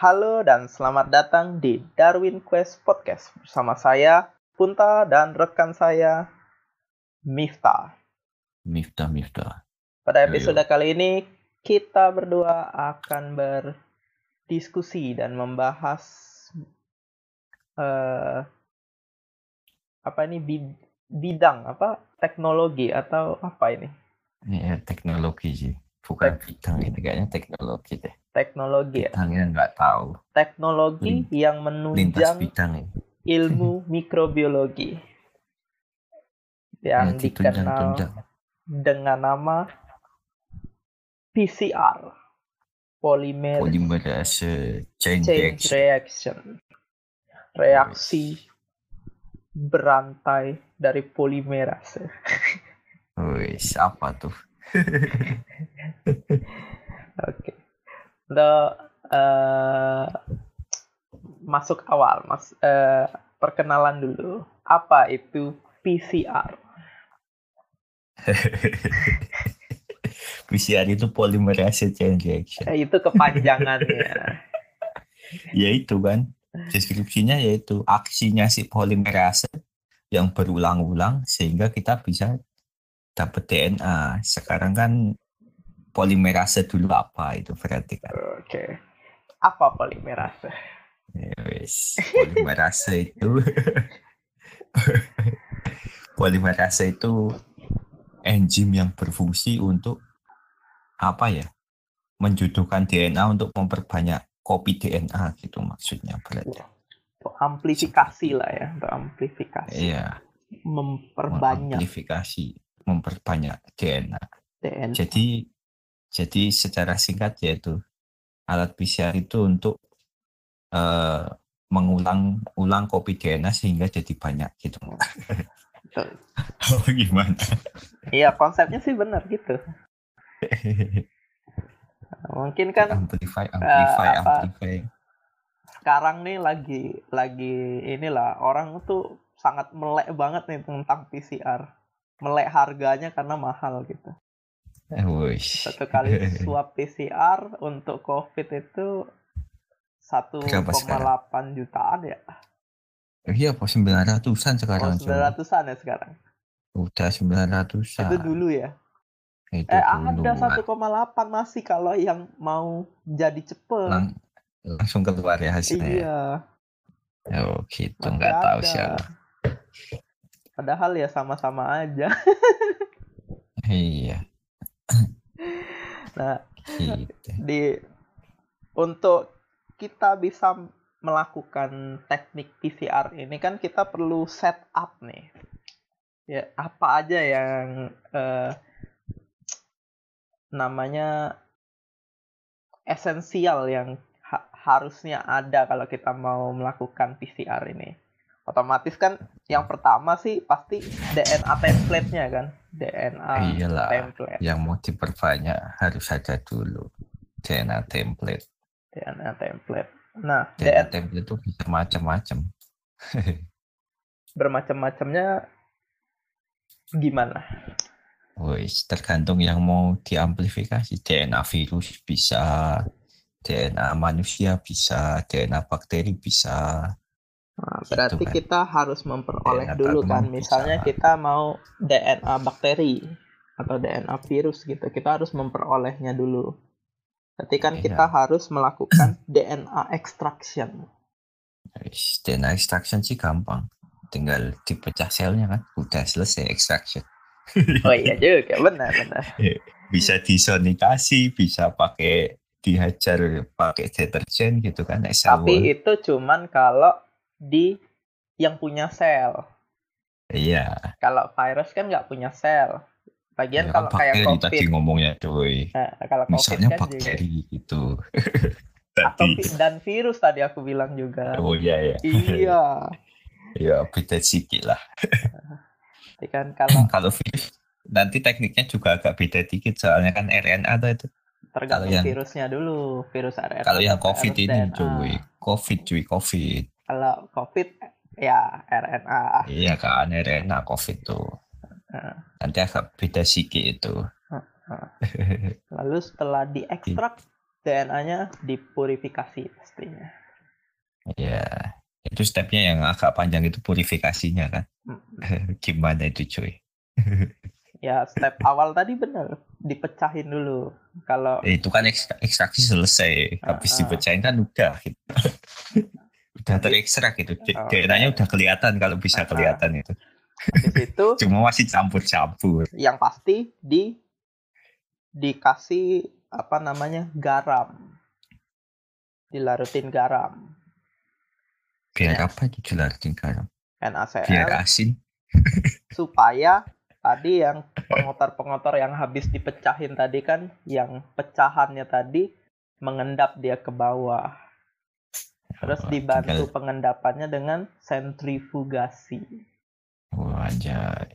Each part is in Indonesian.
Halo dan selamat datang di Darwin Quest Podcast bersama saya, Punta, dan rekan saya, Miftah. Miftah. Pada Yo, episode yo. kali ini, kita berdua akan berdiskusi dan membahas bidang teknologi atau apa ini? Ini ya teknologi sih, bukan bidang ini kayaknya teknologi deh. Teknologi ya. Bidangnya nggak tahu. Teknologi yang Lintas menunjang bidang ya. ilmu mikrobiologi Ya yang dikenal ditunjang-tunjang. dengan nama PCR, Polymerase chain Chain reaction. Reaction, reaksi berantai dari polimerase. Wih, apa tuh? Oke. Untuk masuk awal, perkenalan dulu. Apa itu PCR? PCR itu polymerase chain reaction. Itu kepanjangannya. Ya itu kan, deskripsinya yaitu aksinya si polimerase yang berulang-ulang sehingga kita bisa dapat DNA. Sekarang kan polimerase dulu apa itu berarti kan? Oke. Apa polimerase? Yes, polimerase itu enzim yang berfungsi untuk apa ya? Menjodohkan DNA untuk memperbanyak kopi DNA gitu maksudnya berarti. Untuk amplifikasi lah ya, untuk amplifikasi. Iya. Memperbanyak DNA. DNA. Jadi secara singkat yaitu alat PCR itu untuk mengulang kopi DNA sehingga jadi banyak gitu. Oh, gimana? Iya, konsepnya sih benar gitu. Mungkin kan amplify. Sekarang nih lagi inilah orang tuh sangat melek banget nih tentang PCR. Melek harganya karena mahal gitu. Satu kali swab PCR untuk COVID itu 1,8 jutaan ya. Iya, 900-an sekarang. 900-an ya sekarang. Udah 900-an. Itu dulu ya. Itu dulu. Ada 1,8 masih kalau yang mau jadi cepet. Langsung keluar ya hasilnya. Iya. Oh gitu, nggak tahu siapa. Padahal ya sama-sama aja. Iya. Nah, gitu. Untuk kita bisa melakukan teknik PCR ini kan kita perlu setup nih. Ya, apa aja yang namanya esensial yang harusnya ada kalau kita mau melakukan PCR ini. Otomatis kan yang pertama sih pasti DNA template-nya kan. DNA Iyalah, template. yang mau diperbanyak harus ada dulu DNA template. Nah, DNA template itu bisa macam-macam. Bermacam-macamnya gimana? Tergantung yang mau diamplifikasi. DNA virus bisa, DNA manusia bisa, DNA bakteri bisa. Nah, berarti gitu, kita harus memperoleh DNA dulu kan. Misalnya bisa. Kita mau DNA bakteri atau DNA virus gitu. Kita harus memperolehnya dulu. Berarti kan kita harus melakukan DNA extraction. DNA extraction sih gampang. Tinggal dipecah selnya kan. Udah selesai extraction. Oh iya juga, benar. Bisa disonikasi, bisa dihajar pakai deterjen gitu kan. Tapi itu cuman kalau di yang punya sel. Iya. Kalau virus kan nggak punya sel. Bagian kalau kayak COVID tadi ngomongnya cuy. Nah, kalau misalnya COVID kan bakteri juga. Gitu. Dan virus tadi aku bilang juga. Oh iya ya. Iya. Ya beda sedikit lah. Kan kalau virus nanti tekniknya juga agak beda dikit soalnya kan RNA tuh itu. Tergantung virusnya dulu, virus RNA. Kalau yang COVID ini cuy, COVID. Kalau COVID ya RNA. Iya kan, RNA COVID tuh. Nanti agak beda sedikit itu. Lalu setelah diekstrak DNA-nya dipurifikasi pastinya. Ya, itu stepnya yang agak panjang itu purifikasinya kan. Gimana itu cuy? Ya, step awal tadi benar, dipecahin dulu. Kalau Itu kan ekstraksi selesai, habis dipecahin kan udah gitu. Udah terekstrak gitu. DNA-nya udah kelihatan kalau bisa kelihatan itu. Habis itu cuma masih campur-campur. Yang pasti dikasih apa namanya? Garam. Dilarutin garam. Biar apa itu dilarutin garam? NaCl. Biar asin. Supaya tadi yang pengotor-pengotor yang habis dipecahin tadi kan, yang pecahannya tadi mengendap dia ke bawah. Terus dibantu pengendapannya dengan sentrifugasi. Anjay.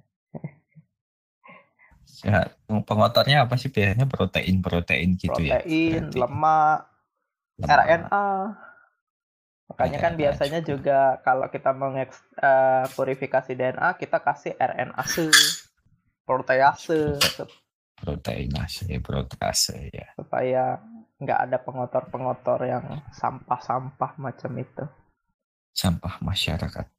Ya, pengotornya apa sih biasanya? Protein gitu ya? Protein, lemak, RNA. Makanya kan biasanya juga kalau kita purifikasi DNA, kita kasih RNase, protease. Protease ya. Supaya nggak ada pengotor-pengotor yang sampah-sampah macam itu. Sampah masyarakat.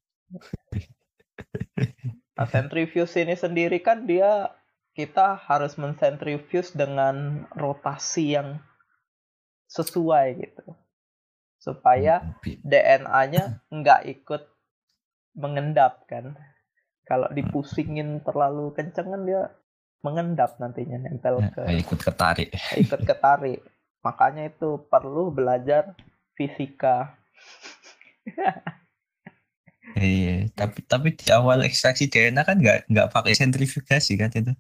Nah, centrifuge ini sendiri kan kita harus mencentrifuge dengan rotasi yang sesuai gitu. Supaya DNA-nya nggak ikut mengendap kan. Kalau dipusingin terlalu kenceng kan dia mengendap nantinya, nempel ikut ketarik. Makanya itu perlu belajar fisika. Iya, tapi di awal ekstraksi DNA kan nggak pakai sentrifugasi kan itu.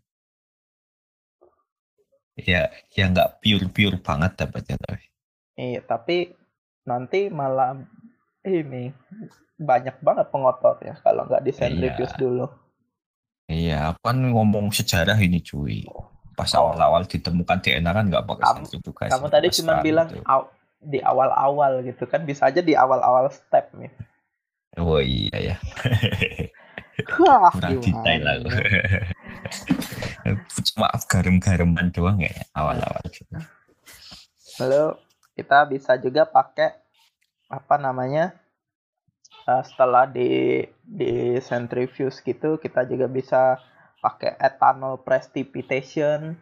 Ya nggak pure banget dapatnya tapi. Iya, tapi nanti malah ini banyak banget pengotornya kalau nggak disentrifuge dulu. Iya, kan ngomong sejarah ini cuy. Pas awal-awal ditemukan DNA kan nggak pakai sentrifugasi. Kamu tadi cuma bilang di awal-awal gitu kan, bisa aja di awal-awal step nih. Oh iya ya. Wah, kurang detail lah. Cuma garam-garaman doang ya awal-awal. Lalu kita bisa juga pakai apa namanya, setelah di centrifuge gitu, kita juga bisa pakai ethanol precipitation.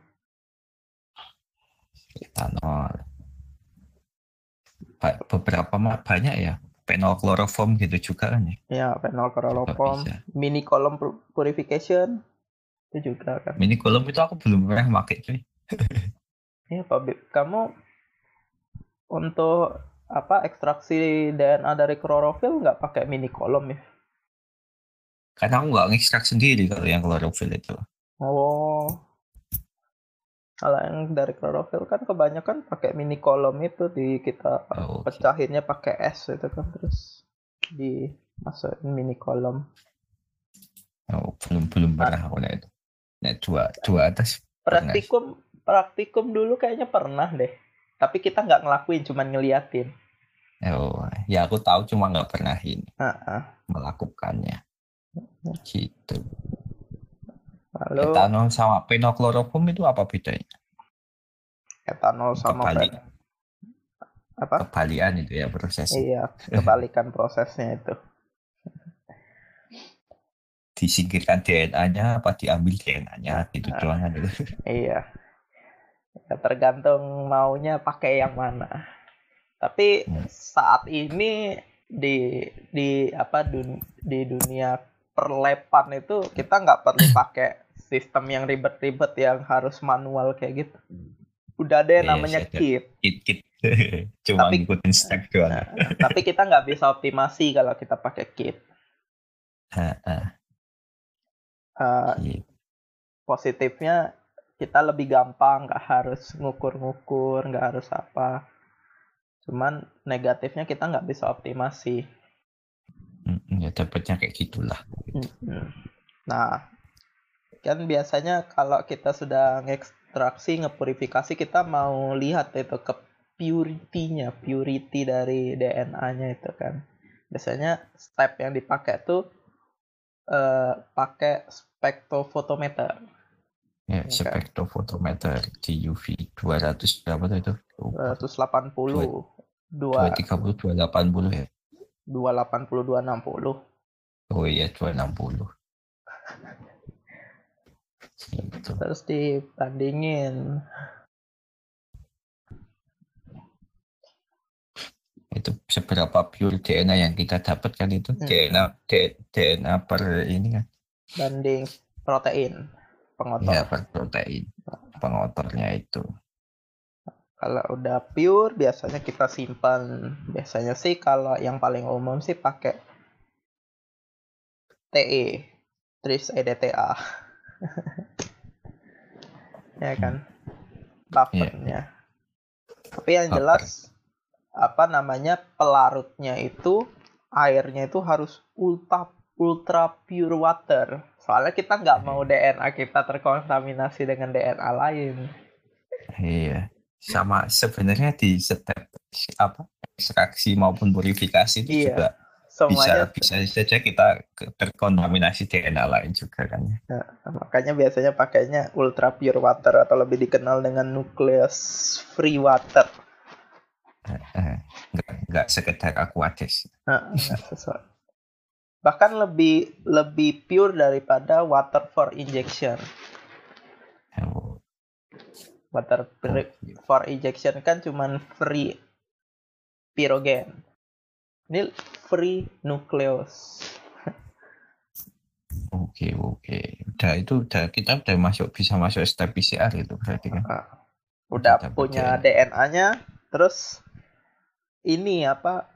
Ethanol. Beberapa banyak ya. Phenolchloroform gitu juga kan ya. Ya, phenolchloroform. Mini column purification itu juga kan. Mini column itu aku belum pernah pakai cuy. Ya, Pak, kamu untuk ekstraksi DNA dari klorofil nggak pakai mini column ya? Karena aku nggak ngekstrak sendiri kalau yang klorofil itu. Oh, kalau yang dari klorofil kan kebanyakan pakai mini column itu, kita pecahinnya pakai es itu kan, terus dimasukin mini column. Oh, belum pernah aku lihat itu. Nah, dua atas. Praktikum dulu kayaknya pernah deh. Tapi kita nggak ngelakuin, cuma ngeliatin. Oh, ya aku tahu cuma nggak pernah melakukannya. Gitu. Lalu, etanol sama phenolchloroform itu apa bedanya? Etanol sama kebalikan itu ya prosesnya. Iya, kebalikan prosesnya itu. Disingkirkan DNA-nya apa diambil DNA-nya gitu doang kan itu. Iya. Ya, tergantung maunya pakai yang mana. Tapi saat ini di dunia perlepan itu kita nggak perlu pakai sistem yang ribet-ribet yang harus manual kayak gitu. Udah ada yang namanya kit. Cuma ngikutin step doang. Tapi kita nggak bisa optimasi kalau kita pakai kit. Positifnya kita lebih gampang, nggak harus ngukur-ngukur, nggak harus apa. Cuman negatifnya kita nggak bisa optimasi. Ya dapatnya kayak gitulah. Nah, kan biasanya kalau kita sudah ngekstraksi, ngepurifikasi, kita mau lihat itu ke purity dari DNA-nya itu kan. Biasanya step yang dipakai tuh pakai spektrofotometer. Ya, Ya kan? spektrofotometer di UV 200 berapa tuh itu? Lupa. 280, 230, 280 ya. 280, 260. Oh iya, 260. Gitu. Terus dibandingin. Itu seberapa pure DNA yang kita dapat kan itu DNA per ini kan. Banding protein Ya, pengotor. per protein pengotornya itu. Kalau udah pure biasanya kita simpan. Biasanya sih kalau yang paling umum sih pakai TE, tris EDTA. Ya kan? Iya, Buffernya. Tapi yang buffer. jelas apa namanya pelarutnya itu airnya itu harus ultra pure water. Soalnya kita nggak mau DNA kita terkontaminasi dengan DNA lain. Iya. Sama sebenarnya di step apa ekstraksi maupun purifikasi itu Iya, juga bisa semuanya. saja kita terkontaminasi DNA lain juga kan. Nah, makanya biasanya pakainya ultra pure water atau lebih dikenal dengan nucleus free water. Nggak sekedar aqueous. Nah, nggak sesuai. Bahkan lebih pure daripada water for injection. Oh, Water for injection kan cuman free pyrogen. Ini free nucleus. Oke. Udah kita udah bisa masuk step PCR itu berarti kan. Udah Dapat punya DNA. DNA-nya, terus ini apa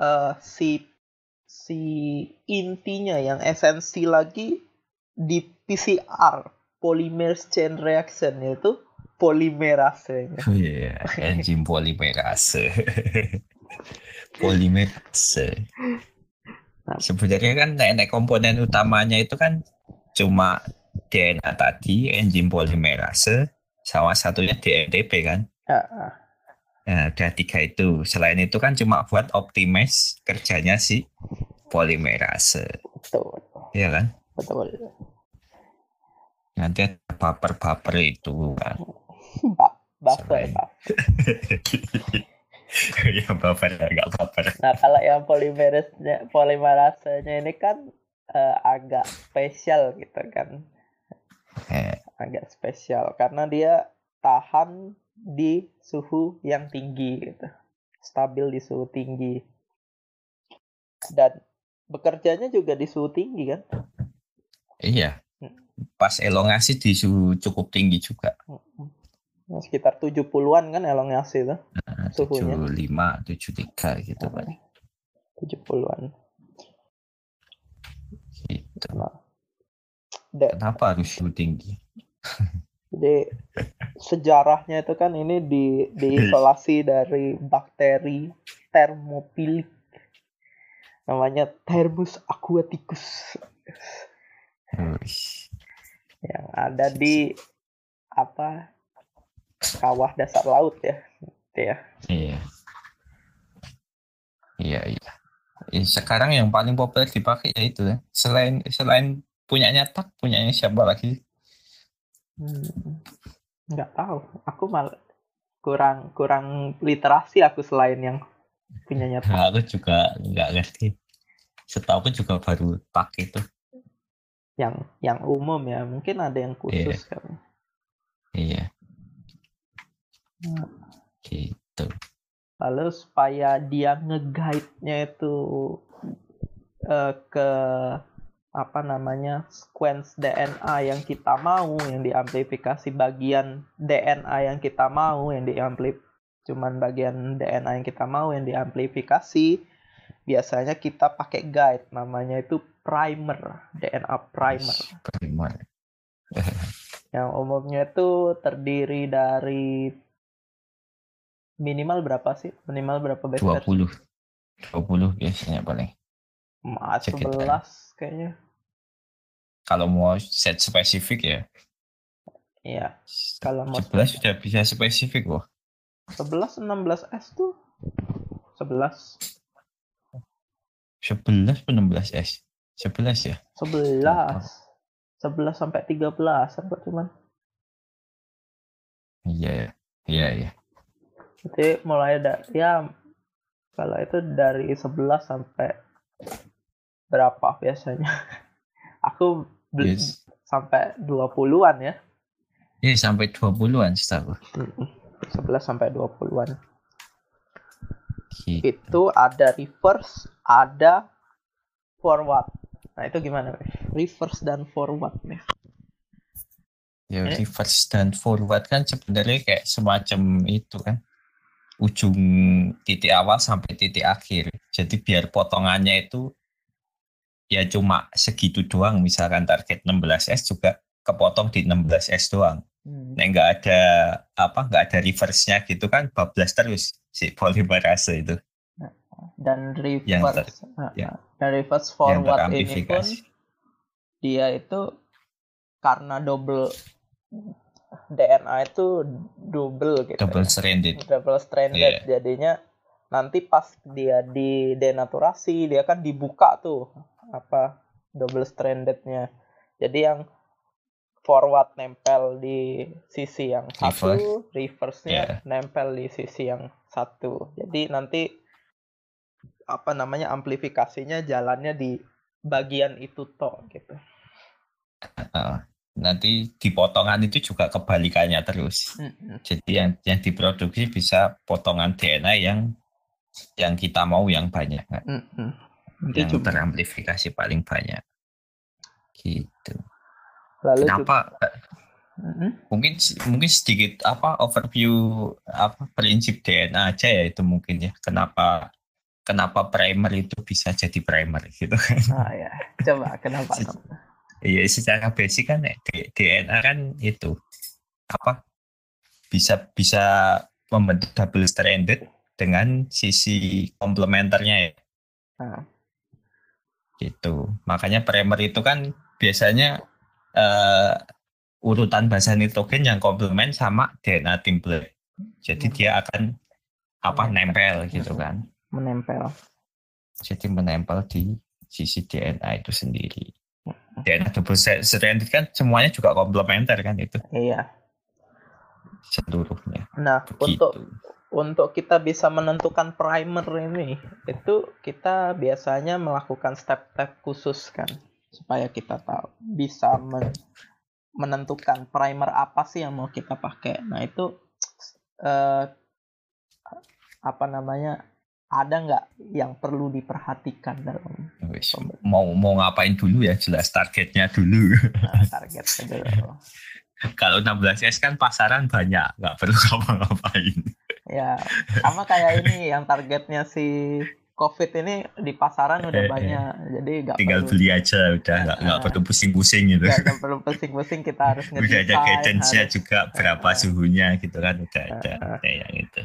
si intinya yang esensi lagi di PCR polymerase chain reaction yaitu polimerasenya. Oh iya, enzim polimerase. Polimerase. Sebenarnya kan nenek komponen utamanya itu kan cuma DNA tadi, enzim polimerase, sama satunya DNTP kan. Nah, ada 3 itu. Selain itu kan cuma buat optimize kerjanya si polimerase. Betul. Iya kan? Betul. Nanti ada baper-baper itu kan. Buffer. Ya baper, nggak baper. Nah, kalau yang polimerasenya ini kan agak spesial gitu kan. Agak spesial karena dia tahan di suhu yang tinggi gitu. Stabil di suhu tinggi. Dan bekerjanya juga di suhu tinggi kan? Iya. Pas elongasi di suhu cukup tinggi juga. Sekitar 70-an kan elongasi itu suhunya. 75, 73 gitu Pak. 70-an. Gitu. Kenapa harus suhu tinggi? Jadi sejarahnya itu kan ini diisolasi dari bakteri thermophilic namanya Thermus aquaticus yang ada di kawah dasar laut ya gitu ya. Iya. Sekarang yang paling populer dipakai ya itu ya. Selain punyanya siapa lagi? Nggak tahu. Aku malah kurang literasi aku selain yang punyanya TAC. Aku juga nggak ngerti. Setahu aku juga baru TAC itu. Yang umum ya, mungkin ada yang khusus kan. Iya. Gitu. Lalu supaya dia nge-guide-nya itu ke sequence DNA yang kita mau, yang diamplifikasi bagian DNA yang kita mau, cuman bagian DNA yang kita mau yang diamplifikasi, biasanya kita pakai guide, namanya itu primer, DNA primer. Yang umumnya itu terdiri dari minimal berapa sih? Minimal berapa base pair? 20 biasanya paling. 11 kayaknya. Kalau mau set spesifik ya. Iya. Kalau mau 11 sudah bisa spesifik loh. 11 16S tuh 11 16S 11 ya. 11 sampai 13 apa cuman Iya. Jadi mulai kalau itu dari 11 sampai berapa biasanya? Aku Yes. sampai 20-an ya. Iya, sampai 20-an setahu. 11 sampai 20-an. Gitu. Itu ada reverse, ada forward. Nah, itu gimana, Beb? Reverse dan forward nih. Ya, reverse dan forward kan sebenarnya kayak semacam itu kan. Ujung titik awal sampai titik akhir. Jadi biar potongannya itu ya cuma segitu doang. Misalkan target 16S juga kepotong di 16S doang. Nah, nggak ada reverse-nya gitu kan, bablas terus si polimerase itu. Dan reverse forward ini pun dia itu karena double DNA itu double gitu. Double stranded. Yeah. Jadinya nanti pas dia di denaturasi dia kan dibuka tuh double strandednya. Jadi yang forward nempel di sisi yang satu, reverse-nya nempel di sisi yang satu. Jadi nanti amplifikasinya jalannya di bagian itu toh gitu. Nanti di potongan itu juga kebalikannya terus. Jadi yang diproduksi bisa potongan DNA yang kita mau yang banyak. Yang teramplifikasi paling banyak. Gitu. Lalu kenapa mungkin sedikit overview prinsip DNA aja ya itu mungkin ya. Kenapa primer itu bisa jadi primer gitu kan. Ya. Coba kenapa? Iya, secara basic kan DNA kan itu bisa membentuk double stranded dengan sisi komplementernya ya. Gitu. Makanya primer itu kan biasanya urutan basa nitrogen yang komplement sama DNA template. Jadi dia akan nempel gitu kan. Menempel. Jadi menempel di sisi DNA itu sendiri. DNA double stranded kan semuanya juga komplementer kan itu. Iya. Seluruhnya. Nah, untuk kita bisa menentukan primer ini, itu kita biasanya melakukan step-step khusus kan, supaya kita tahu bisa menentukan primer apa sih yang mau kita pakai. Nah, itu ada nggak yang perlu diperhatikan dalam mau ngapain dulu ya, jelas targetnya dulu. Targetnya dulu. Kalau 16S kan pasaran banyak, nggak perlu ngapa-ngapain. Ya, sama kayak ini yang targetnya si COVID ini di pasaran udah banyak, jadi nggak tinggal perlu, beli aja udah, nggak perlu pusing-pusing gitu. Nggak perlu pusing-pusing, kita harus ngedesain. Udah ada guidance-nya juga berapa suhunya gitu kan, udah ada kayak gitu.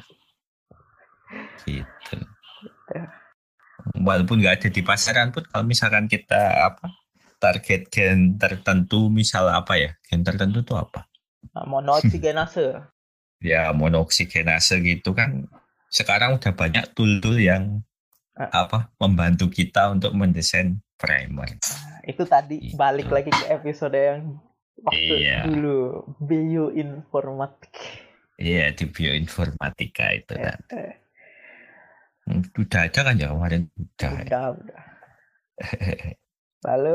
Gitu. Walaupun nggak ada di pasaran pun, kalau misalkan kita target gen tertentu, misal gen tertentu itu apa? Monooksigenase. Ya, monooksigenase gitu kan. Sekarang udah banyak tool-tool yang membantu kita untuk mendesain primer. Itu tadi balik lagi ke episode yang waktu dulu, bioinformatika. Iya, di bioinformatika itu kan. Udah ada kan ya kemarin? Udah. Lalu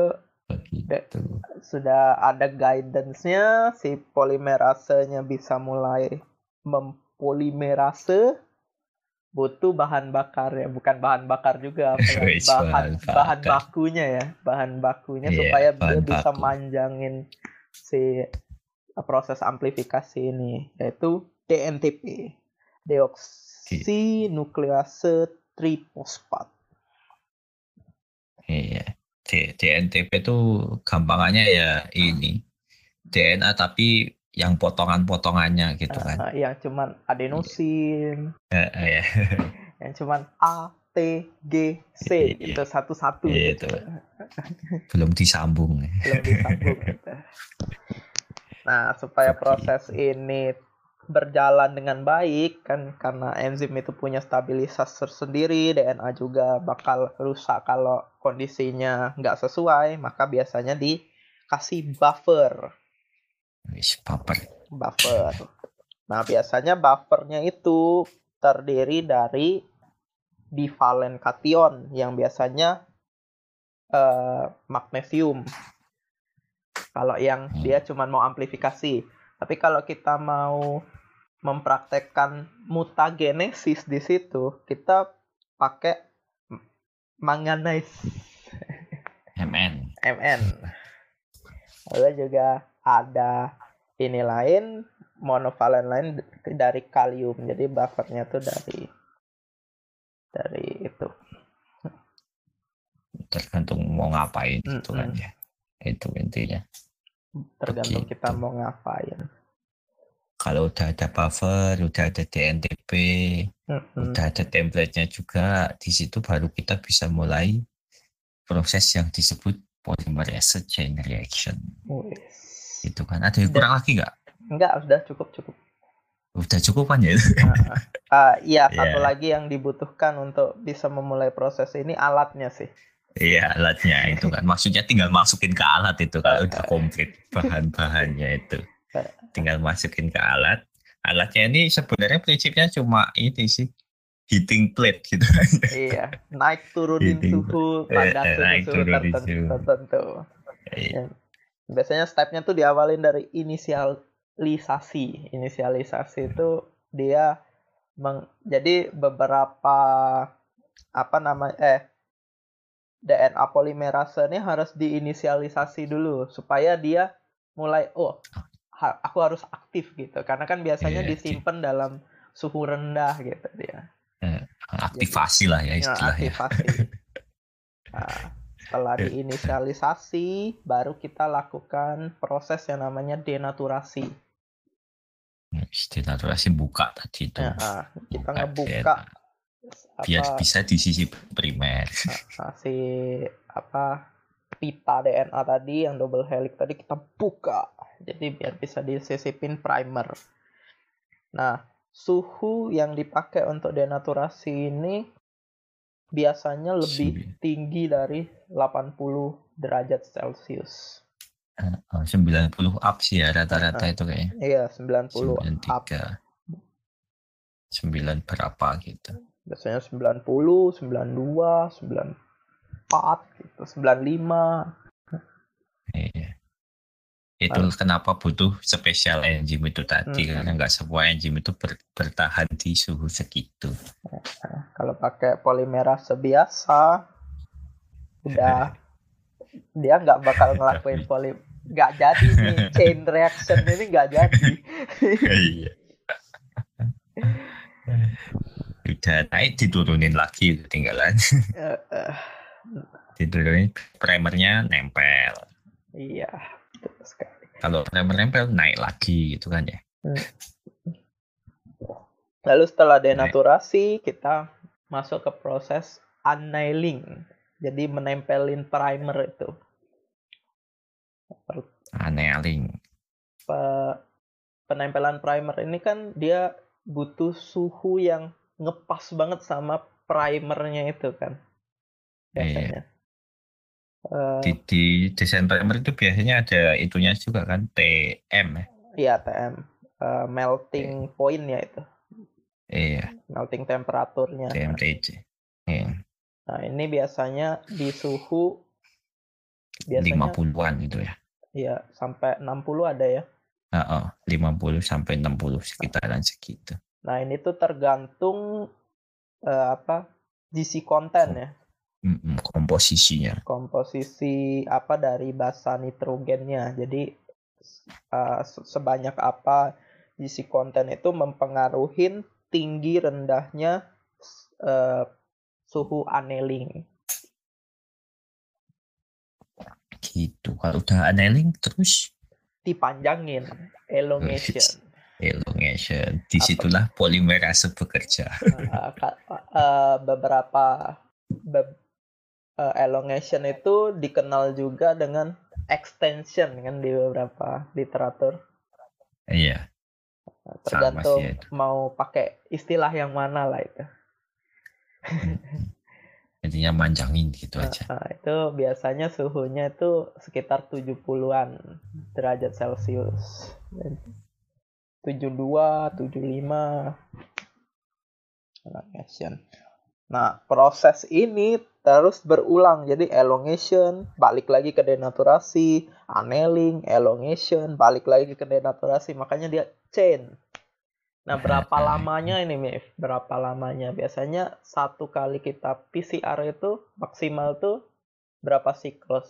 sudah ada guidance-nya, si polimerasenya bisa mulai mempolimerase, butuh bahan bakar ya, bukan bahan bakar juga, bahan bakunya supaya dia bisa manjangin si proses amplifikasi ini, yaitu DNTP, deoksinuklease trifosfat. Iya. DNTP itu gampangannya ya ini DNA tapi yang potongan-potongannya gitu kan. Yang cuman adenosin. Yang cuman A, T, G, C gitu, satu-satu gitu. Belum disambung. Gitu. Nah, supaya proses ini berjalan dengan baik kan, karena enzim itu punya stabilitas tersendiri, DNA juga bakal rusak kalau kondisinya nggak sesuai, maka biasanya dikasih buffer. Nah, biasanya buffernya itu terdiri dari bivalen kation yang biasanya magnesium. Kalau yang dia cuma mau amplifikasi. Tapi kalau kita mau mempraktekkan mutagenesis di situ, kita pakai manganese. Mn. Lalu juga ada ini lain, monovalen lain dari kalium. Jadi buffernya tuh dari itu. Tergantung mau ngapain gitu kan ya. Itu intinya. Tergantung begitu. Kita mau ngapain. Kalau udah ada buffer, udah ada DNTP, udah ada template-nya juga, di situ baru kita bisa mulai proses yang disebut polymerase chain reaction. Itu kan. Ada yang kurang lagi nggak? Enggak, udah cukup. Udah cukup kan ya? Iya, satu lagi yang dibutuhkan untuk bisa memulai proses ini alatnya sih. Iya, alatnya itu kan. Maksudnya tinggal masukin ke alat itu kalau udah komplit bahan-bahannya itu. Tinggal masukin ke alat. Alatnya ini sebenarnya prinsipnya cuma ini sih. Heating plate gitu. Iya, naik turunin suhu pada suhu tertentu. Iya. Biasanya stepnya tuh diawalin dari inisialisasi. Inisialisasi itu dia jadi beberapa DNA polimerase ini harus diinisialisasi dulu supaya dia mulai aku harus aktif gitu. Karena kan biasanya disimpan dalam suhu rendah gitu dia. Aktivasi lah ya istilahnya. Aktivasi. Nah, setelah diinisialisasi, baru kita lakukan proses yang namanya denaturasi. Denaturasi buka tadi itu. Kita ngebuka biar bisa di sisi primer. Pita DNA tadi yang double helix tadi kita buka. Jadi biar bisa disisipin primer. Nah, suhu yang dipakai untuk denaturasi ini biasanya lebih tinggi dari 80 derajat Celcius. 90 up sih ya rata-rata itu kayaknya. Iya, 90 up. 9 berapa gitu. Biasanya 90, 92, 94 gitu, 95. Iya. Itu kenapa butuh spesial enzim itu tadi karena nggak semua enzim itu bertahan di suhu segitu. Kalau pakai polimerase biasa udah dia nggak bakal ngelakuin nggak jadi nih chain reaction ini nggak jadi. Iya. Udah naik diturunin lagi ketinggalan. Diturunin primernya nempel. Iya, betul sekali. Kalau primer nempel naik lagi gitu kan ya. Lalu setelah denaturasi kita masuk ke proses annealing. Jadi menempelin primer itu. Annealing. Penempelan primer ini kan dia butuh suhu yang ngepas banget sama primernya itu kan. Biasanya. Di desain primer itu biasanya ada itunya juga kan, TM ya? Iya, TM. Melting point ya itu. Iya. Melting temperaturnya. TMTC. Nah, ini biasanya di suhu biasanya 50-an gitu ya. Iya, sampai 60 ada ya. 50 sampai 60 sekitaran segitu. Nah, ini tuh tergantung GC content ya. Komposisinya. Komposisi dari basa nitrogennya. Jadi sebanyak apa GC content itu mempengaruhi tinggi rendahnya suhu annealing. Gitu. Kalau udah annealing terus dipanjangin, elongation. Disitulah polimerase bekerja. Beberapa elongation itu dikenal juga dengan extension kan di beberapa literatur. Iya. Tergantung mau pakai istilah yang mana lah itu. Intinya manjangin gitu aja. Itu biasanya suhunya itu sekitar 70-an derajat Celcius. 72, 75 elongation. Nah, proses ini terus berulang. Jadi elongation, balik lagi ke denaturasi, annealing, elongation, balik lagi ke denaturasi. Makanya dia chain. Nah, berapa lamanya ini, Mif? Berapa lamanya? Biasanya satu kali kita PCR itu maksimal tuh berapa siklus?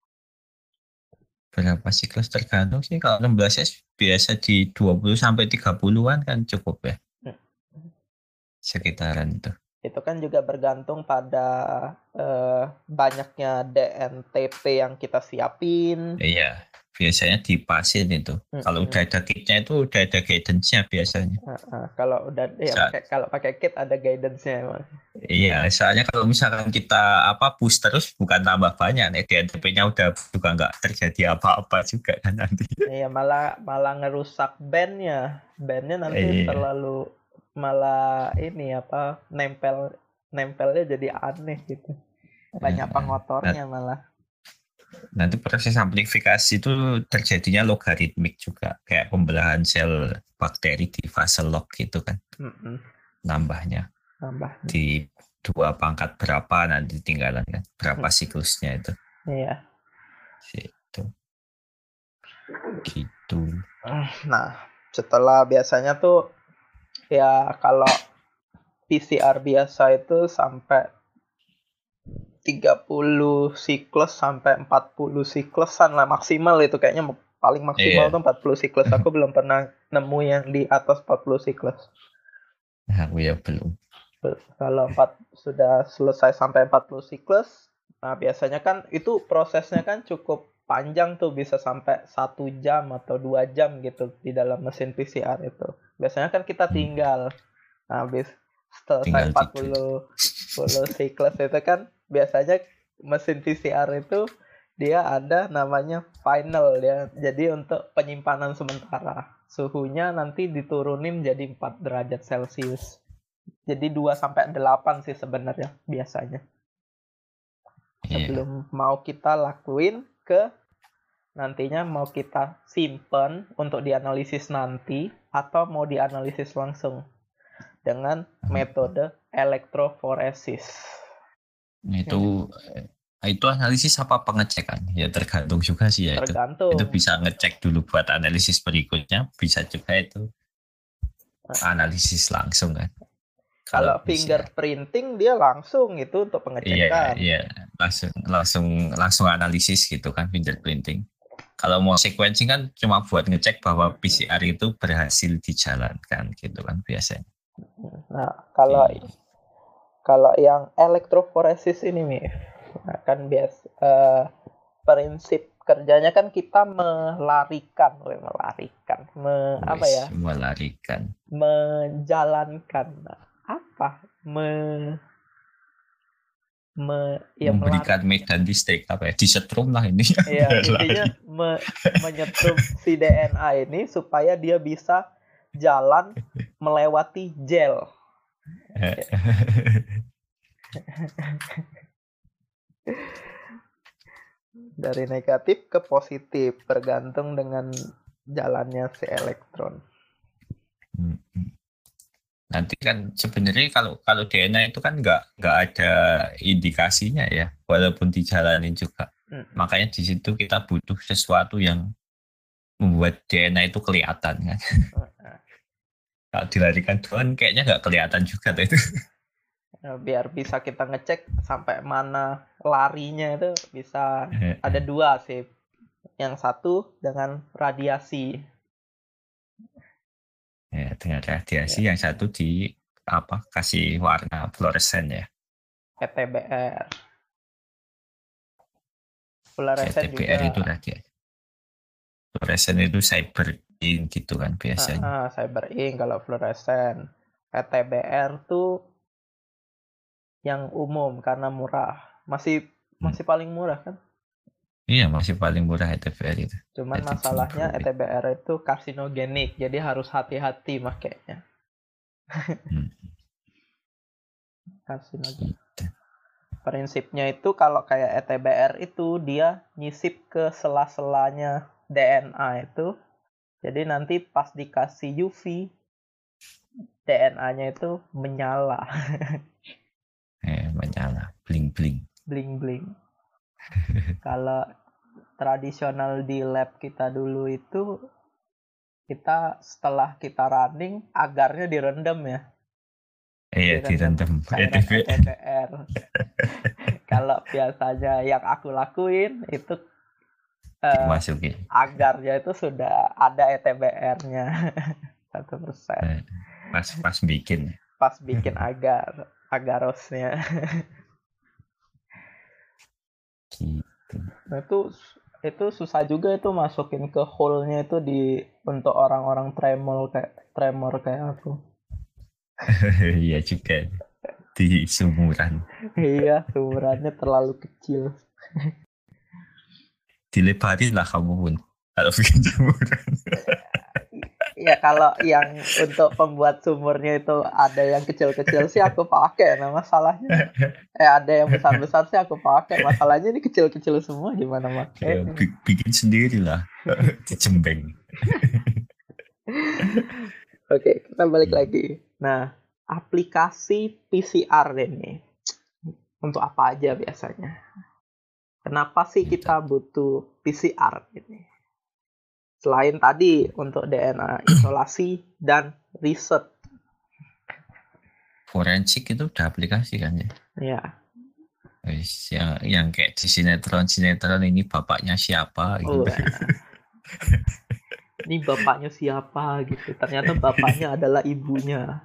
Berapa siklus tergantung sih. Kalau 16S biasa di 20 sampai 30-an kan cukup ya. Sekitaran itu. Itu kan juga bergantung pada banyaknya DNTP yang kita siapin. Iya, biasanya dipasin itu. Kalau udah ada kitnya itu udah ada guidance-nya biasanya. Kalau udah kalau pakai kit ada guidance-nya emang. Iya, soalnya kalau misalkan kita push terus bukan tambah banyak, DNTP-nya udah juga nggak terjadi apa-apa juga kan nanti. Iya, malah ngerusak bandnya nanti terlalu malah ini nempelnya jadi aneh gitu, banyak pengotornya malah. Nanti proses amplifikasi itu terjadinya logaritmik juga, kayak pembelahan sel bakteri di fase log gitu kan. Nambahnya di 2 pangkat berapa nanti tinggalan kan berapa siklusnya itu. Iya. Gitu. Nah, setelah biasanya tuh ya kalau PCR biasa itu sampai 30 siklus sampai 40 siklusan lah maksimal, itu kayaknya paling maksimal tuh 40 siklus. Aku belum pernah nemu yang di atas 40 siklus. Aku ya belum. Kalau sudah selesai sampai 40 siklus, nah biasanya kan itu prosesnya kan cukup panjang tuh, bisa sampai 1 jam atau 2 jam gitu di dalam mesin PCR itu. Biasanya kan kita tinggal, nah habis selesai 40 siklus itu kan biasanya mesin PCR itu dia ada namanya final ya. Jadi untuk penyimpanan sementara, suhunya nanti diturunin jadi 4 derajat Celcius. Jadi 2 sampai 8 sih sebenarnya biasanya. Sebelum mau kita lakuin ke nantinya mau kita simpen untuk dianalisis nanti atau mau dianalisis langsung dengan metode elektroforesis. Itu analisis apa pengecekan? Ya tergantung juga sih ya. Tergantung. Itu bisa ngecek dulu buat analisis berikutnya, bisa juga itu analisis langsung kan. Kalau fingerprinting dia langsung itu untuk pengecekan. Iya, langsung analisis gitu kan fingerprinting. Kalau mau sequencing kan cuma buat ngecek bahwa PCR itu berhasil dijalankan gitu kan biasanya. Nah, kalau yang elektroforesis ini Mif, kan prinsip kerjanya kan kita menjalankan memberikan medan listrik disetrum lah ini. Iya, intinya menyetrum si DNA ini supaya dia bisa jalan melewati gel. Dari negatif ke positif bergantung dengan jalannya si elektron. Nanti kan sebenarnya kalau DNA itu kan nggak ada indikasinya ya, walaupun dijalanin juga. Makanya di situ kita butuh sesuatu yang membuat DNA itu kelihatan kan. Kalau dilarikan doang kayaknya nggak kelihatan juga tuh itu. Biar bisa kita ngecek sampai mana larinya itu bisa ada 2 sih. Yang satu dengan radiasi. Ya, dengan radiasi, yang satu kasih warna fluoresen ya. ETBR. Fluoresen ETBR juga. itu radiasi. Fluoresen itu cyber ink gitu kan biasanya. Cyber ink kalau fluoresen. ETBR tuh yang umum karena murah. Masih paling murah kan? Iya, masih paling murah ETBR itu. Cuman masalahnya ETBR itu karsinogenik, jadi harus hati-hati makainya. Karsinogenik. Prinsipnya itu kalau kayak ETBR itu dia nyisip ke sela-selanya DNA itu Jadi nanti pas dikasih UV, DNA-nya itu menyala. Menyala, bling-bling. Bling-bling. Kalau tradisional di lab kita dulu itu, kita setelah kita running, agarnya direndam ya. Iya, direndam cairan ETB. ETBR. Kalau biasanya yang aku lakuin itu dimasukin. Agarnya itu sudah ada ETBR-nya 1%. Pas bikin. Pas bikin agarosnya. Gitu. Nah, itu susah juga itu masukin ke hole-nya itu untuk orang-orang tremor kayak aku. Iya juga di sumuran. Iya, sumurannya terlalu kecil. Dilebarin lah kamu pun kalau bikin sumuran. Ya kalau yang untuk pembuat sumurnya itu ada yang kecil-kecil sih aku pakai. Nah masalahnya ada yang besar-besar sih aku pakai. Masalahnya ini kecil-kecil semua gimana Ya, pakai? bikin sendiri lah. Dicembeng. Oke, kita balik lagi. Nah, aplikasi PCR ini untuk apa aja biasanya? Kenapa sih kita butuh PCR ini? Selain tadi untuk DNA isolasi dan riset. Forensik itu udah aplikasi kan ya? Ya. Yang kayak di sinetron ini bapaknya siapa gitu. Ini bapaknya siapa gitu. Ternyata bapaknya adalah ibunya.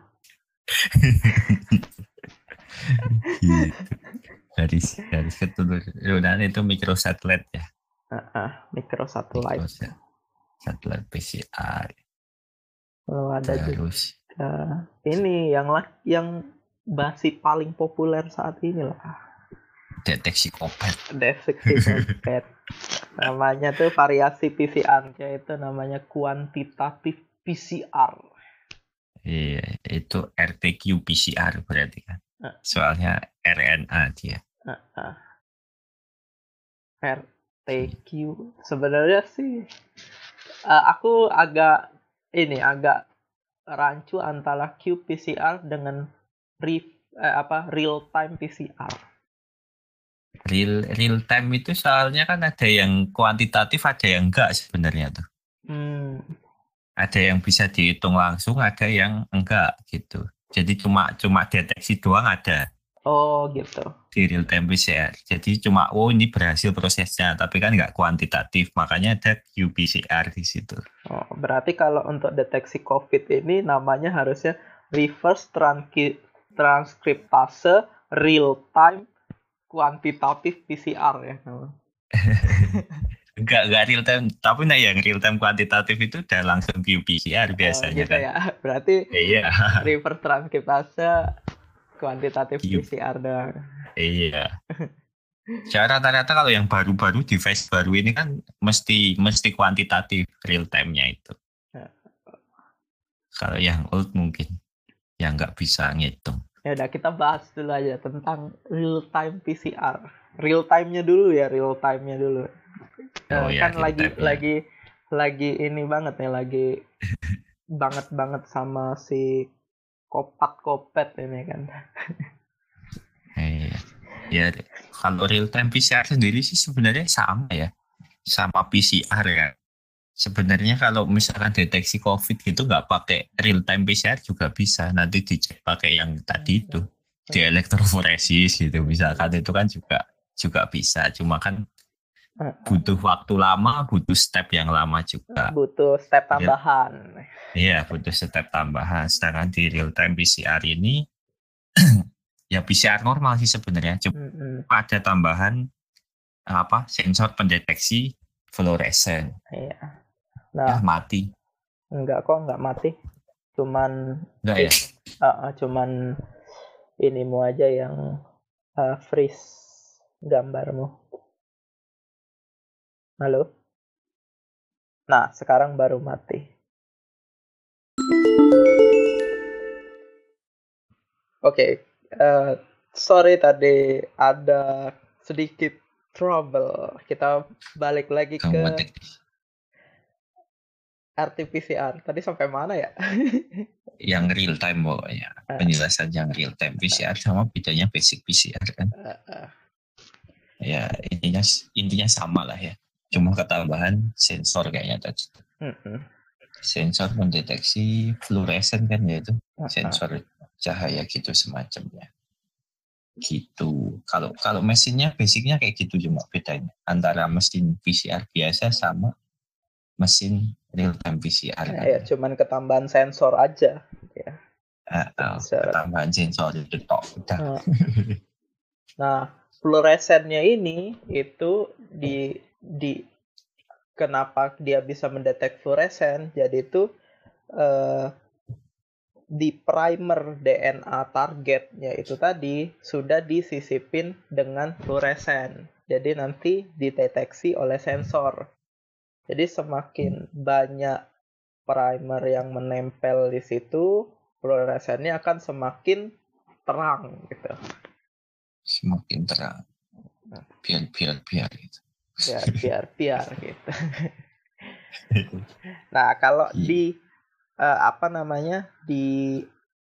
Gitu. Garis keturunan itu mikrosatelit ya. Mikrosatelit. Satelit PCR. Lalu ada terus juga ini yang masih paling populer saat ini lah. Deteksi kopet. Namanya tuh variasi PCR-nya itu namanya kuantitatif PCR. Iya, itu RTQ PCR berarti kan. Soalnya RNA dia. RTQ sebenarnya sih aku agak rancu antara qPCR dengan real time PCR. Real time itu soalnya kan ada yang kuantitatif, ada yang enggak sebenarnya tuh. Ada yang bisa dihitung langsung, ada yang enggak gitu. Jadi cuma deteksi doang ada. Oh gitu. Di real time PCR. Jadi cuma ini berhasil prosesnya, tapi kan enggak kuantitatif, makanya ada qPCR di situ. Oh, berarti kalau untuk deteksi COVID ini namanya harusnya reverse transkriptase real time kuantitatif PCR ya. Enggak real time, tapi yang real time kuantitatif itu udah langsung qPCR biasanya gitu kan. Ya. Berarti iya. reverse transkriptase kuantitatif PCR doang. Iya. Secara rata-rata kalau yang baru-baru device baru ini kan mesti kuantitatif real time-nya itu. Kalau yang old mungkin yang nggak bisa ngitung. Ya udah kita bahas dulu aja tentang real time PCR. Real time-nya dulu. Kan lagi ini banget ya, lagi banget sama si kopet ini kan. Ya kalau real time PCR sendiri sih sebenarnya sama PCR ya. Sebenarnya kalau misalkan deteksi COVID gitu nggak pakai real time PCR juga bisa, nanti dicek pakai yang tadi itu di elektroforesis gitu misalkan, itu kan juga bisa, cuma kan butuh waktu lama, butuh step yang lama juga. Butuh step tambahan. Iya, butuh step tambahan. Sedangkan di real time PCR ini ya PCR normal sih sebenarnya, cuma ada tambahan sensor pendeteksi fluoresen. Iya. Nah, mati. Enggak mati. Cuman enggak ya? Cuman inimu aja yang freeze gambarmu. Halo? Nah, sekarang baru mati. Oke, sorry tadi ada sedikit trouble. Kita balik lagi ke RT-PCR. Tadi sampai mana ya? Yang real time pokoknya. Penjelasan yang real time PCR sama bedanya basic PCR kan. Ya intinya sama lah ya. Cuma ketambahan sensor kayaknya tadi. Sensor mendeteksi fluoresen kan ya itu. Sensor cahaya gitu semacamnya. Gitu. Kalau mesinnya basicnya kayak gitu cuma bedanya antara mesin PCR biasa sama mesin real time PCR kan. Ya cuman ketambahan sensor aja ya. Ketambahan sensor itu tok udah. Nah, fluoresennya ini itu di kenapa dia bisa mendetek fluoresen? Jadi itu di primer DNA targetnya itu tadi sudah disisipin dengan fluoresen. Jadi nanti dideteksi oleh sensor. Jadi semakin banyak primer yang menempel di situ, fluoresennya akan semakin terang gitu. Semakin terang. Biar gitu. Biar gitu. Nah, kalau di di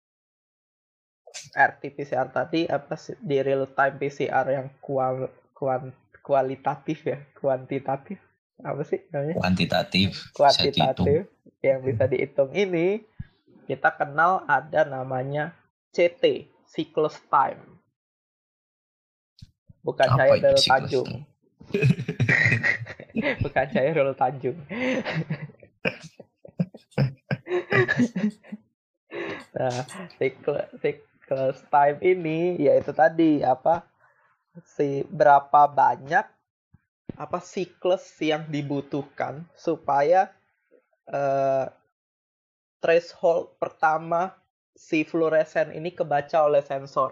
RT-PCR tadi di real time PCR yang kualitatif ya, kuantitatif apa sih namanya? Kuantitatif yang bisa dihitung ini kita kenal ada namanya CT, cycles time. Bukan Chairul Tanjung. Bukan Chairul Tanjung. Nah, cycles time ini yaitu tadi berapa banyak siklus yang dibutuhkan supaya threshold pertama si fluoresen ini kebaca oleh sensor.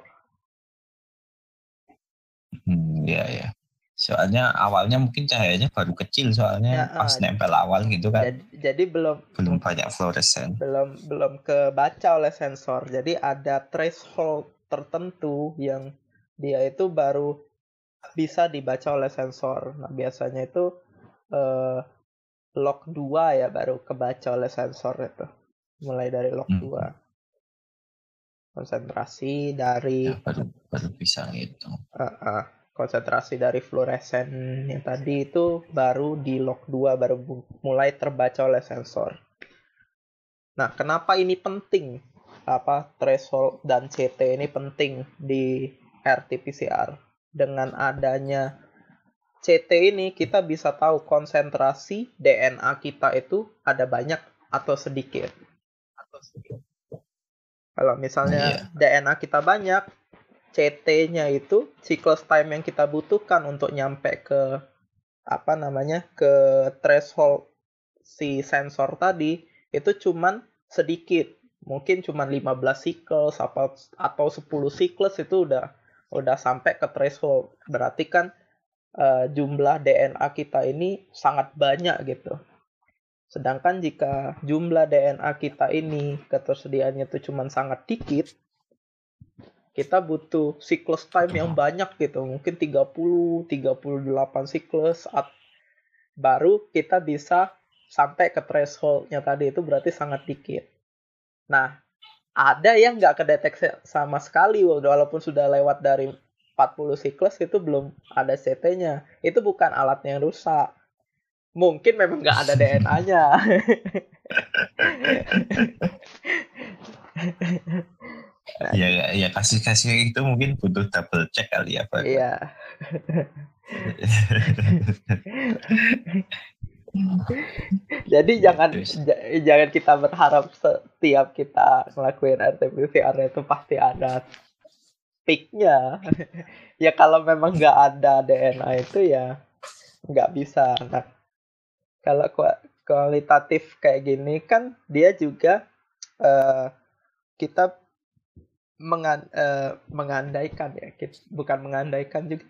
Ya. Soalnya awalnya mungkin cahayanya baru kecil soalnya pas nempel awal gitu kan. Jadi belum banyak fluoresen. Belum kebaca oleh sensor. Jadi ada threshold tertentu yang dia itu baru bisa dibaca oleh sensor. Nah, biasanya itu log 2 ya baru kebaca oleh sensor itu. Mulai dari log 2. Konsentrasi dari baru bisa gitu. Konsentrasi dari fluoresen yang tadi itu baru di log 2 baru mulai terbaca oleh sensor. Nah, kenapa ini penting? Threshold dan CT ini penting di RT-PCR. Dengan adanya CT ini kita bisa tahu konsentrasi DNA kita itu ada banyak atau sedikit. Kalau misalnya DNA kita banyak, CT-nya itu cycles time yang kita butuhkan untuk nyampe ke ke threshold si sensor tadi itu cuman sedikit. Mungkin cuman 15 cycles atau 10 cycles itu udah sampai ke threshold. Berarti kan jumlah DNA kita ini sangat banyak gitu. Sedangkan jika jumlah DNA kita ini ketersediaannya itu cuma sangat dikit, kita butuh siklus time yang banyak gitu. Mungkin 38 siklus baru kita bisa sampai ke threshold-nya tadi itu berarti sangat dikit. Nah, ada yang nggak kedeteksi sama sekali walaupun sudah lewat dari 40 siklus itu belum ada CT-nya. Itu bukan alatnya yang rusak. Mungkin memang nggak ada DNA-nya. Ya kasih itu mungkin butuh double check kali ya Pak. Iya. Jadi jangan kita berharap setiap kita ngelakuin RT-PCR itu pasti ada peak-nya. Ya kalau memang nggak ada DNA itu ya nggak bisa. Nah, kalau kualitatif kayak gini kan dia juga kita mengandaikan ya, bukan mengandaikan juga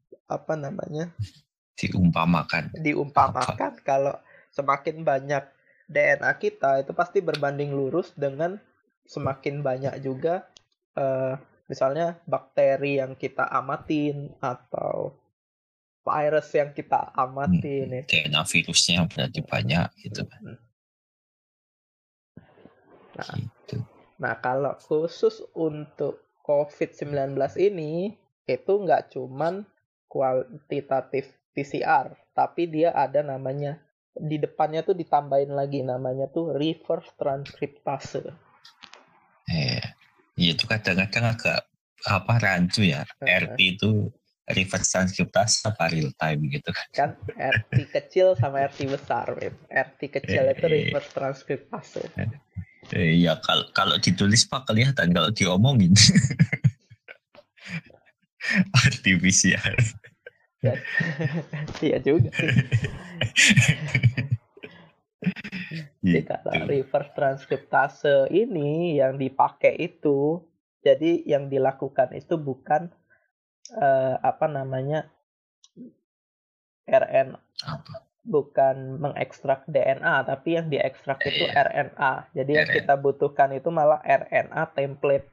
diumpamakan kalau semakin banyak DNA kita itu pasti berbanding lurus dengan semakin banyak juga misalnya bakteri yang kita amatin atau virus yang kita amatin. DNA virusnya berarti banyak gitu. Gitu. Nah, kalau khusus untuk COVID-19 ini, itu nggak cuman kuantitatif PCR, tapi dia ada namanya, di depannya tuh ditambahin lagi, namanya tuh reverse transkriptase. Itu kadang-kadang agak rancu ya. RT itu reverse transkriptase apa real time gitu kan. RT kecil sama RT besar. RT kecil itu reverse transkriptase. Iya, kalau ditulis pak kelihatan, kalau diomongin RT-PCR. Iya juga sih. Jadi kalau reverse transkriptase ini yang dipakai itu, jadi yang dilakukan itu bukan RNA, bukan mengekstrak DNA, tapi yang diekstrak itu RNA. Jadi yang kita butuhkan itu malah RNA template.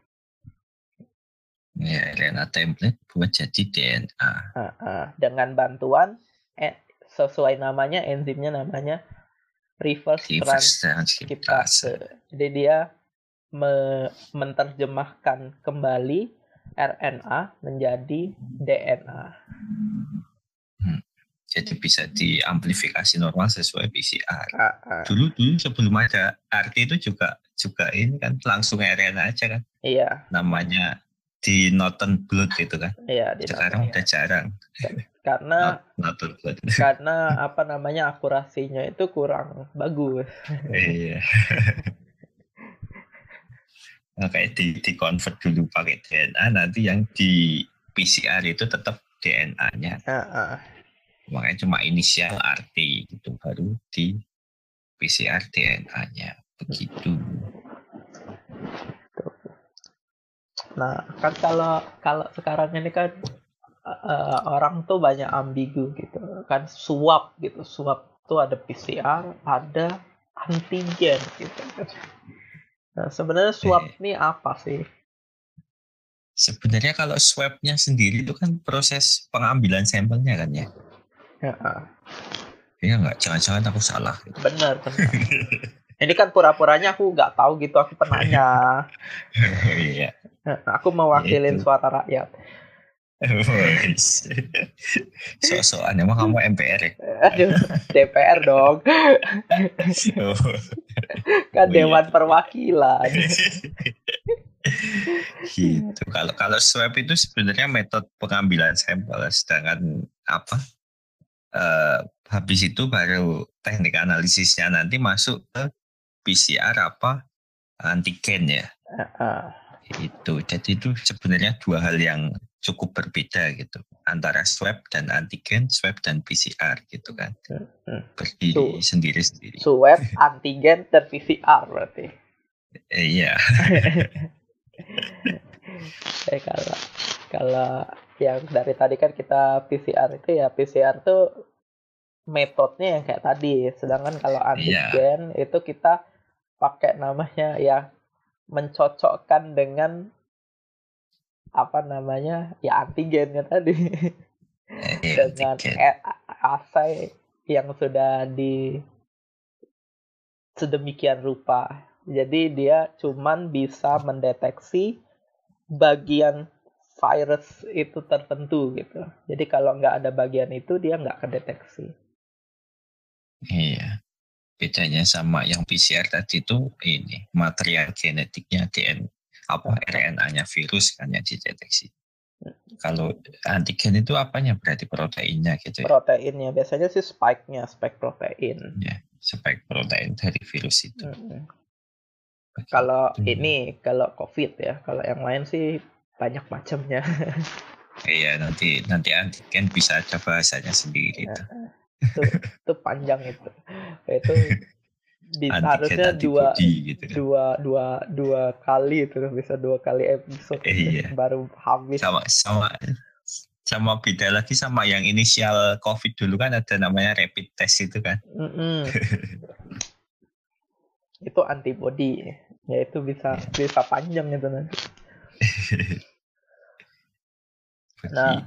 Ya, RNA template buat jadi DNA. Dengan bantuan sesuai namanya, enzimnya namanya reverse transkriptase. Jadi dia menerjemahkan kembali RNA menjadi DNA. Jadi bisa diamplifikasi normal sesuai PCR. Dulu sebelum ada RT itu juga ini kan langsung RNA aja kan. Iya. Namanya di Northern Blot itu kan. Iya. Sekarang udah jarang. Karena akurasinya itu kurang bagus. Iya. Kayak di convert dulu pakai DNA, nanti yang di PCR itu tetap DNA-nya. Makanya cuma inisial RT gitu, baru di PCR DNA-nya. Begitu. Nah, kan kalau sekarang ini kan orang tuh banyak ambigu gitu. Kan swab gitu. Swab tuh ada PCR, ada antigen gitu. Nah, sebenarnya swab ini apa sih? Sebenarnya kalau swab-nya sendiri itu kan proses pengambilan sampelnya kan ya. Iya nggak? Jangan-jangan aku salah. Gitu. Benar. Ini kan pura-puranya aku nggak tahu gitu, aku penanya. Iya. Aku mewakilin suara rakyat. So-soan emang kamu MPR ya? Aduh, DPR dong. Kan Dewan Perwakilan. Gitu. Kalau swab itu sebenarnya metode pengambilan sampel, sedangkan habis itu baru teknik analisisnya nanti masuk ke PCR antigen ya. Itu. Jadi itu sebenarnya dua hal yang cukup berbeda gitu, antara swab dan antigen, swab dan PCR gitu kan. Berdiri sendiri-sendiri. Swab, antigen, dan PCR berarti. Iya. Kalau yang dari tadi kan kita PCR itu ya, PCR tuh metodenya yang kayak tadi. Sedangkan kalau antigen itu kita pakai namanya ya mencocokkan dengan antigennya tadi. Dengan assay yang sudah sedemikian rupa. Jadi dia cuman bisa mendeteksi bagian virus itu tertentu gitu. Jadi kalau nggak ada bagian itu dia nggak kedeteksi. Iya. Bedanya sama yang PCR tadi itu ini material genetiknya RNA-nya virus kan yang dideteksi. Kalau antigen itu apanya? Berarti proteinnya gitu ya? Proteinnya biasanya sih spike protein. Ya, spike protein dari virus itu. Kalau COVID ya, kalau yang lain sih banyak macamnya. Iya, nanti antigen bisa ada bahasanya sendiri. Itu panjang itu. Itu harusnya dua kali itu, bisa 2 kali episode. Iya. Baru habis. Sama beda lagi sama yang inisial COVID dulu kan ada namanya rapid test itu kan. Itu antibody, ya itu bisa panjang itu nanti. Nah,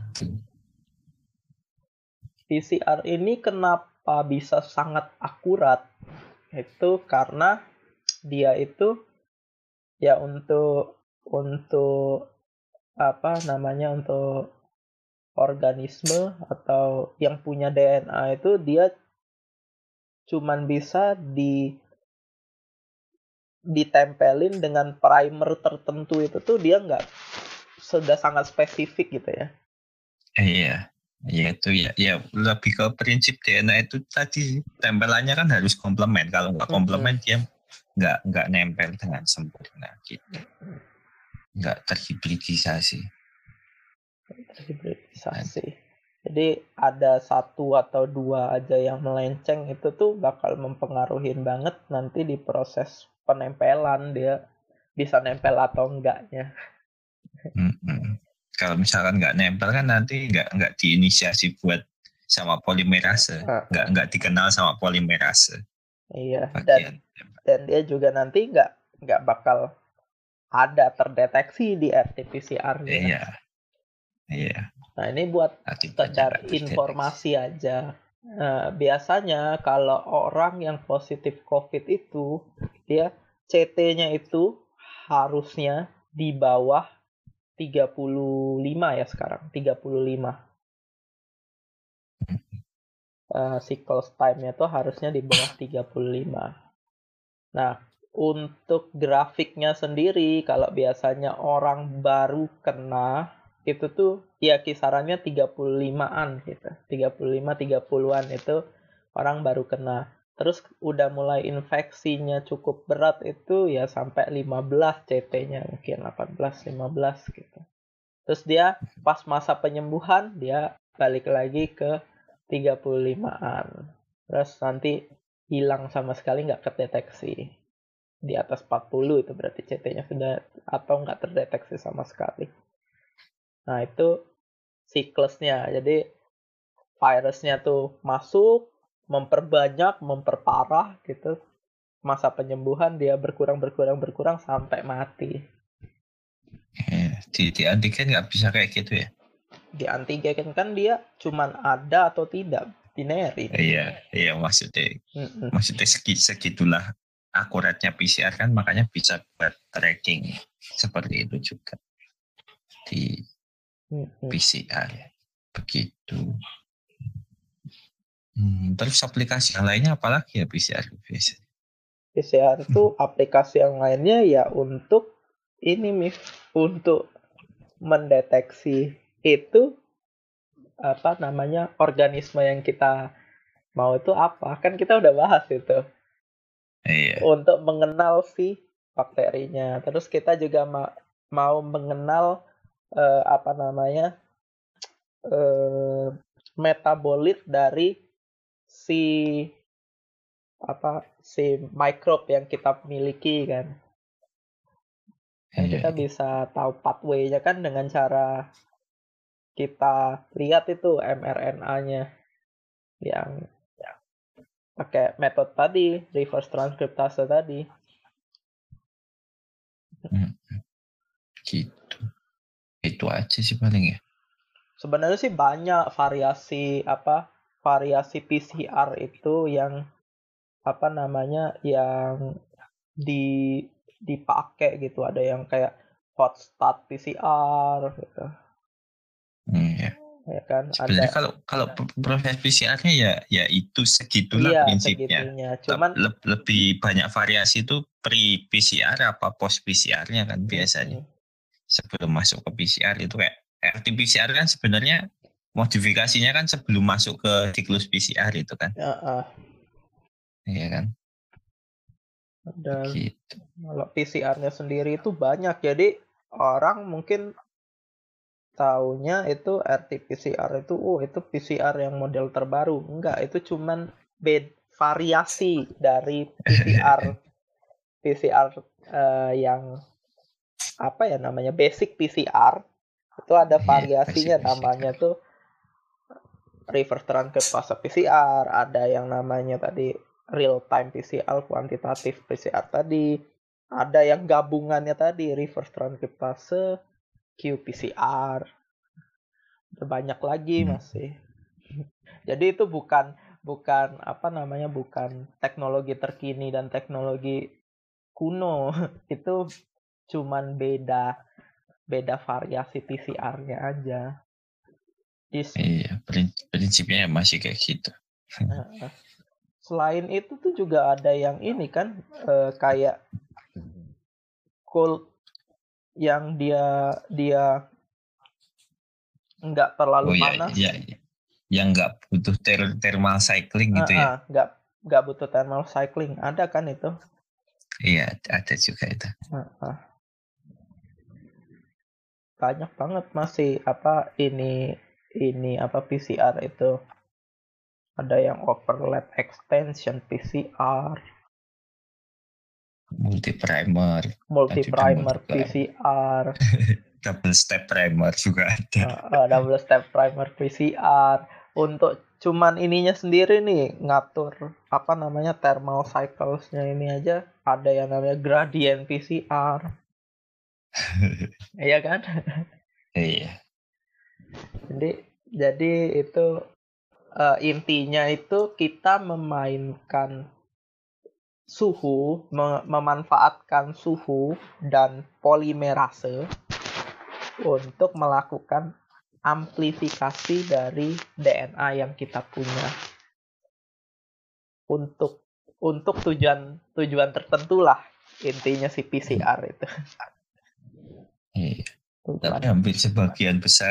PCR ini kenapa bisa sangat akurat? Itu karena dia itu Ya untuk apa namanya, untuk organisme atau yang punya DNA itu dia cuman bisa ditempelin dengan primer tertentu, itu tuh dia nggak, sudah sangat spesifik gitu ya. Iya. Ya itu ya lebih ke prinsip DNA itu tadi tempelannya kan harus komplement. Kalau nggak komplement dia nggak nempel dengan sempurna gitu. Nggak terhibridisasi. Jadi ada satu atau dua aja yang melenceng, itu tuh bakal mempengaruhin banget nanti di proses penempelan, dia bisa nempel atau enggaknya. Kalau misalkan nggak nempel kan nanti nggak diinisiasi buat sama polimerase, nggak dikenal sama polimerase. Iya, dan dia juga nanti nggak bakal ada terdeteksi di RT-PCR-nya. Iya. Nah, ini buat secara informasi aja. Biasanya kalau orang yang positif COVID itu, dia CT-nya itu harusnya di bawah 35 ya sekarang, 35. Cycle time-nya tuh harusnya di bawah 35. Nah, untuk grafiknya sendiri, kalau biasanya orang baru kena, itu tuh ya kisarannya 35-an gitu. 35-30-an itu orang baru kena. Terus udah mulai infeksinya cukup berat itu ya sampai 15 CT-nya, mungkin 18-15 gitu. Terus dia pas masa penyembuhan, dia balik lagi ke 35-an. Terus nanti hilang sama sekali, nggak kedeteksi. Di atas 40 itu berarti CT-nya sudah, atau nggak terdeteksi sama sekali. Nah, itu siklusnya. Jadi virusnya tuh masuk, memperbanyak, memperparah gitu. Masa penyembuhan dia berkurang sampai mati. Di antigen nggak bisa kayak gitu ya? Di antigen kan dia cuman ada atau tidak, binary. Iya maksudnya segitulah akuratnya PCR kan, makanya bisa buat tracking seperti itu juga di PCR begitu. Terus aplikasi yang lainnya apalagi ya PCR? PCR itu aplikasi yang lainnya ya untuk ini untuk mendeteksi itu apa namanya, organisme yang kita mau itu apa, kan kita udah bahas itu. Iya. Untuk mengenal si bakterinya, terus kita juga mau mengenal apa namanya, metabolit dari si microbe yang kita miliki kan. Kita bisa tahu pathway-nya kan dengan cara kita lihat itu mRNA-nya yang pakai metode tadi, reverse transkriptase tadi. Gitu. Itu aja sih paling ya. Sebenarnya sih banyak variasi PCR itu yang apa namanya, yang dipakai gitu. Ada yang kayak hot start PCR gitu. Ya kan, sebenarnya kalau proses PCR-nya ya itu segitulah prinsipnya. Segitunya. Cuman lebih banyak variasi itu pre PCR apa post PCR-nya kan biasanya. Sebelum masuk ke PCR itu kayak RT-PCR kan sebenarnya modifikasinya kan sebelum masuk ke siklus PCR itu kan. Iya kan. Dan kalau PCR-nya sendiri itu banyak, jadi orang mungkin taunya itu RT-PCR itu, itu PCR yang model terbaru. Enggak, itu cuman variasi dari PCR yang apa ya namanya, basic PCR. Itu ada variasinya, namanya tuh reverse transkriptase PCR, ada yang namanya tadi real time PCR, kuantitatif PCR tadi, ada yang gabungannya tadi reverse transkriptase, qPCR, banyak lagi masih. Jadi itu bukan apa namanya, bukan teknologi terkini dan teknologi kuno. Itu cuman beda variasi PCR-nya aja. Iya, prinsipnya masih kayak gitu. Selain itu tuh juga ada yang ini kan, kayak cold yang dia nggak terlalu panas. Yang nggak butuh thermal cycling gitu ya. Nggak butuh thermal cycling, ada kan itu? Iya, ada juga itu. Banyak banget masih ini PCR itu. Ada yang overlap extension PCR, multi-primer PCR, double step primer juga ada. Double step primer PCR. Untuk cuman ininya sendiri nih, ngatur thermal cycles-nya ini aja ada yang namanya gradient PCR. Iya kan? Iya. Jadi itu intinya itu kita memainkan suhu, memanfaatkan suhu dan polimerase untuk melakukan amplifikasi dari DNA yang kita punya untuk tujuan tertentu lah, intinya si PCR itu. Iya. Tapi hampir sebagian besar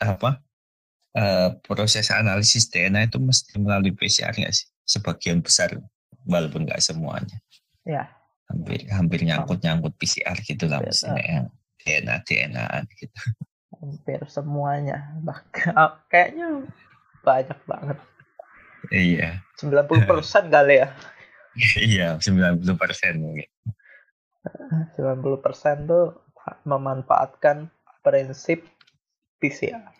proses analisis DNA itu mesti melalui PCR nggak sih? Sebagian besar, walaupun nggak semuanya. Ya. Hampir nyangkut PCR gitu lah, misalnya DNA gitu. Hampir semuanya, bahkan kayaknya banyak banget. Iya. 90% kali ya. Iya, 90% mungkin. 90% tuh memanfaatkan prinsip PCR.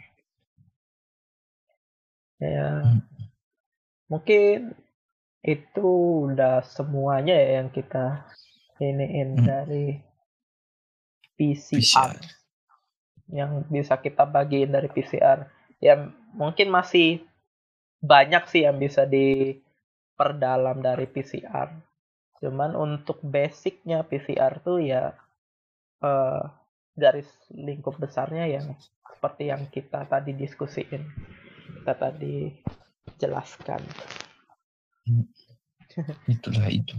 Ya, mungkin itu udah semuanya ya yang kita iniin dari PCR. Yang bisa kita bagiin dari PCR. Ya mungkin masih banyak sih yang bisa diperdalam dari PCR. Cuman untuk basicnya PCR tuh ya garis lingkup besarnya yang seperti yang kita tadi diskusiin, kita tadi jelaskan. Itulah itu.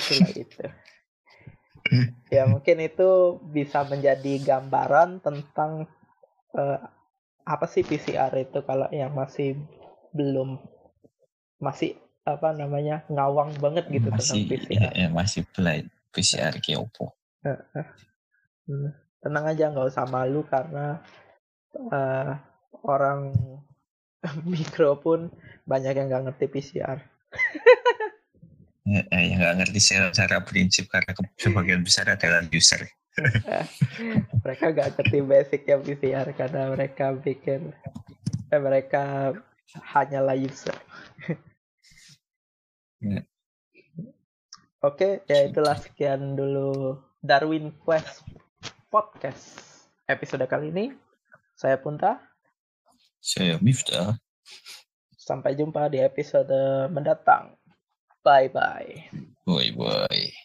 Ya mungkin itu bisa menjadi gambaran tentang apa sih PCR itu, kalau yang masih ngawang banget gitu tentang PCR. Masih blind PCR keopo. Tenang aja, nggak usah malu karena orang mikro pun banyak yang nggak ngerti PCR. Yang nggak ngerti secara prinsip karena sebagian besar adalah user. Mereka nggak ngerti basicnya PCR karena mereka pikir mereka hanyalah user. Oke, ya itulah, sekian dulu Darwin Quest Podcast episode kali ini. Saya Punta. Saya Miftah. Sampai jumpa di episode mendatang. Bye-bye. Bye-bye.